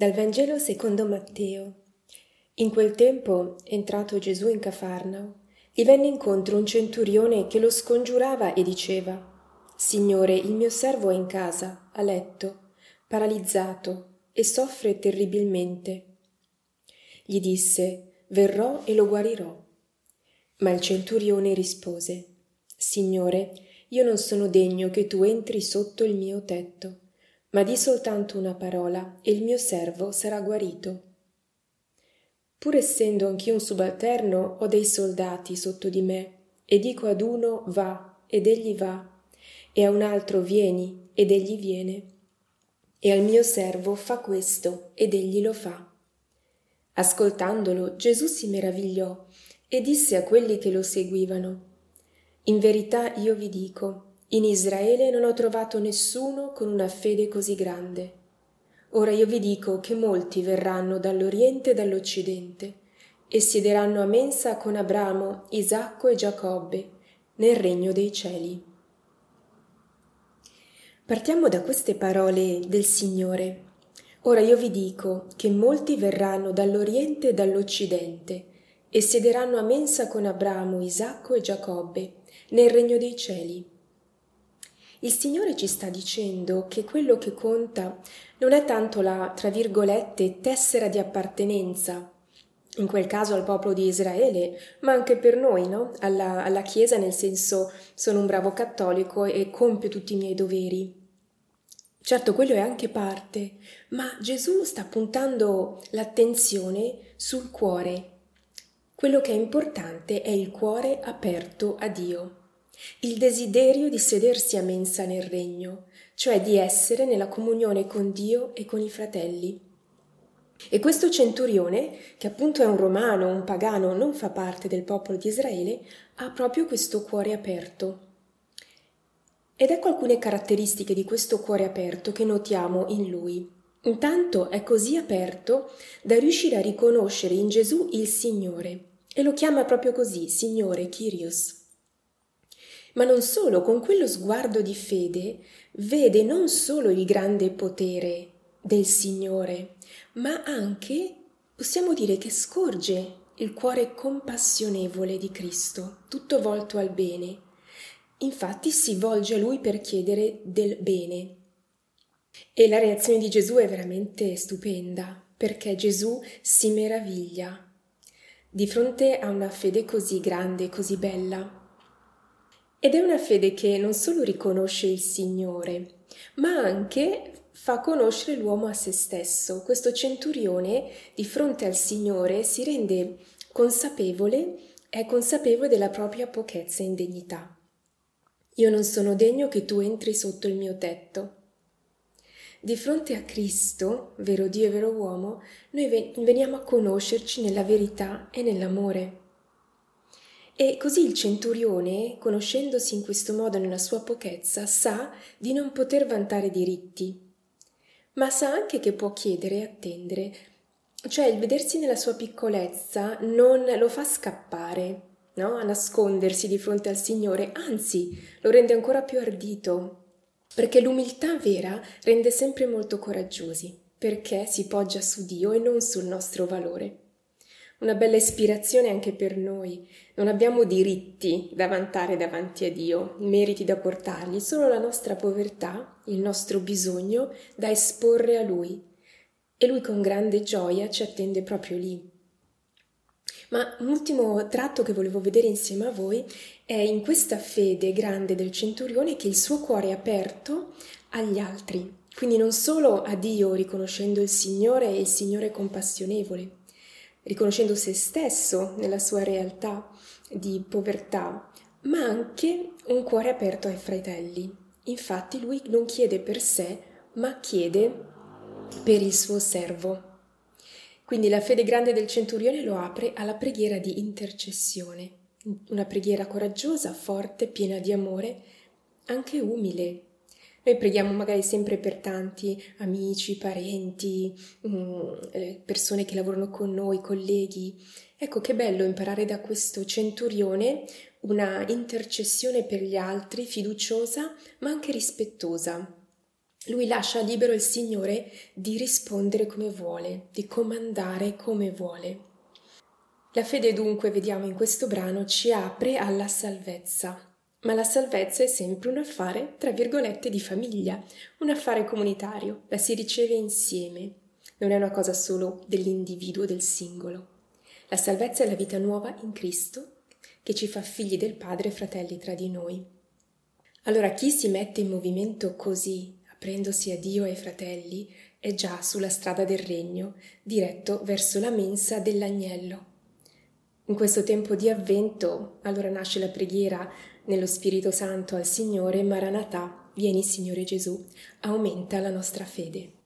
Dal Vangelo secondo Matteo. In quel tempo, entrato Gesù in Cafarnao, gli venne incontro un centurione che lo scongiurava e diceva: Signore, il mio servo è in casa, a letto, paralizzato, e soffre terribilmente. Gli disse: Verrò e lo guarirò. Ma il centurione rispose: Signore, io non sono degno che tu entri sotto il mio tetto, ma di soltanto una parola e il mio servo sarà guarito. Pur essendo anch'io un subalterno, ho dei soldati sotto di me, e dico ad uno va, ed egli va, e a un altro vieni, ed egli viene, e al mio servo fa questo, ed egli lo fa. Ascoltandolo, Gesù si meravigliò e disse a quelli che lo seguivano: In verità io vi dico, in Israele non ho trovato nessuno con una fede così grande. Ora io vi dico che molti verranno dall'Oriente e dall'Occidente e siederanno a mensa con Abramo, Isacco e Giacobbe nel regno dei cieli. Partiamo da queste parole del Signore. Ora io vi dico che molti verranno dall'Oriente e dall'Occidente e siederanno a mensa con Abramo, Isacco e Giacobbe nel regno dei cieli. Il Signore ci sta dicendo che quello che conta non è tanto la, tra virgolette, tessera di appartenenza, in quel caso al popolo di Israele, ma anche per noi, no? Alla Chiesa, nel senso sono un bravo cattolico e compio tutti i miei doveri. Certo, quello è anche parte, ma Gesù sta puntando l'attenzione sul cuore. Quello che è importante è il cuore aperto a Dio. Il desiderio di sedersi a mensa nel regno, cioè di essere nella comunione con Dio e con i fratelli. E questo centurione, che appunto è un romano, un pagano, non fa parte del popolo di Israele, ha proprio questo cuore aperto. Ed ecco alcune caratteristiche di questo cuore aperto che notiamo in lui. Intanto è così aperto da riuscire a riconoscere in Gesù il Signore, e lo chiama proprio così, Signore, Kyrios. Ma non solo, con quello sguardo di fede vede non solo il grande potere del Signore, ma anche, possiamo dire, che scorge il cuore compassionevole di Cristo, tutto volto al bene. Infatti si volge a Lui per chiedere del bene. E la reazione di Gesù è veramente stupenda, perché Gesù si meraviglia di fronte a una fede così grande, così bella. Ed è una fede che non solo riconosce il Signore, ma anche fa conoscere l'uomo a se stesso. Questo centurione, di fronte al Signore, si rende consapevole, è consapevole della propria pochezza e indegnità. Io non sono degno che tu entri sotto il mio tetto. Di fronte a Cristo, vero Dio e vero uomo, noi veniamo a conoscerci nella verità e nell'amore. E così il centurione, conoscendosi in questo modo nella sua pochezza, sa di non poter vantare diritti, ma sa anche che può chiedere e attendere. Cioè il vedersi nella sua piccolezza non lo fa scappare, no? A nascondersi di fronte al Signore, anzi lo rende ancora più ardito, perché l'umiltà vera rende sempre molto coraggiosi, perché si poggia su Dio e non sul nostro valore. Una bella ispirazione anche per noi. Non abbiamo diritti da vantare davanti a Dio, meriti da portargli, solo la nostra povertà, il nostro bisogno da esporre a Lui. E Lui con grande gioia ci attende proprio lì. Ma un ultimo tratto che volevo vedere insieme a voi è in questa fede grande del centurione che il suo cuore è aperto agli altri. Quindi non solo a Dio, riconoscendo il Signore e il Signore compassionevole, riconoscendo se stesso nella sua realtà di povertà, ma anche un cuore aperto ai fratelli. Infatti lui non chiede per sé, ma chiede per il suo servo. Quindi la fede grande del centurione lo apre alla preghiera di intercessione, una preghiera coraggiosa, forte, piena di amore, anche umile. Noi preghiamo magari sempre per tanti amici, parenti, persone che lavorano con noi, colleghi. Ecco che bello imparare da questo centurione una intercessione per gli altri, fiduciosa ma anche rispettosa. Lui lascia libero il Signore di rispondere come vuole, di comandare come vuole. La fede dunque, vediamo in questo brano, ci apre alla salvezza, ma la salvezza è sempre un affare, tra virgolette, di famiglia, un affare comunitario, la si riceve insieme, non è una cosa solo dell'individuo, del singolo. La salvezza è la vita nuova in Cristo, che ci fa figli del Padre e fratelli tra di noi. Allora chi si mette in movimento così, aprendosi a Dio e ai fratelli, è già sulla strada del regno, diretto verso la mensa dell'agnello. In questo tempo di avvento, allora nasce la preghiera nello Spirito Santo al Signore: Maranatà, vieni Signore Gesù, aumenta la nostra fede.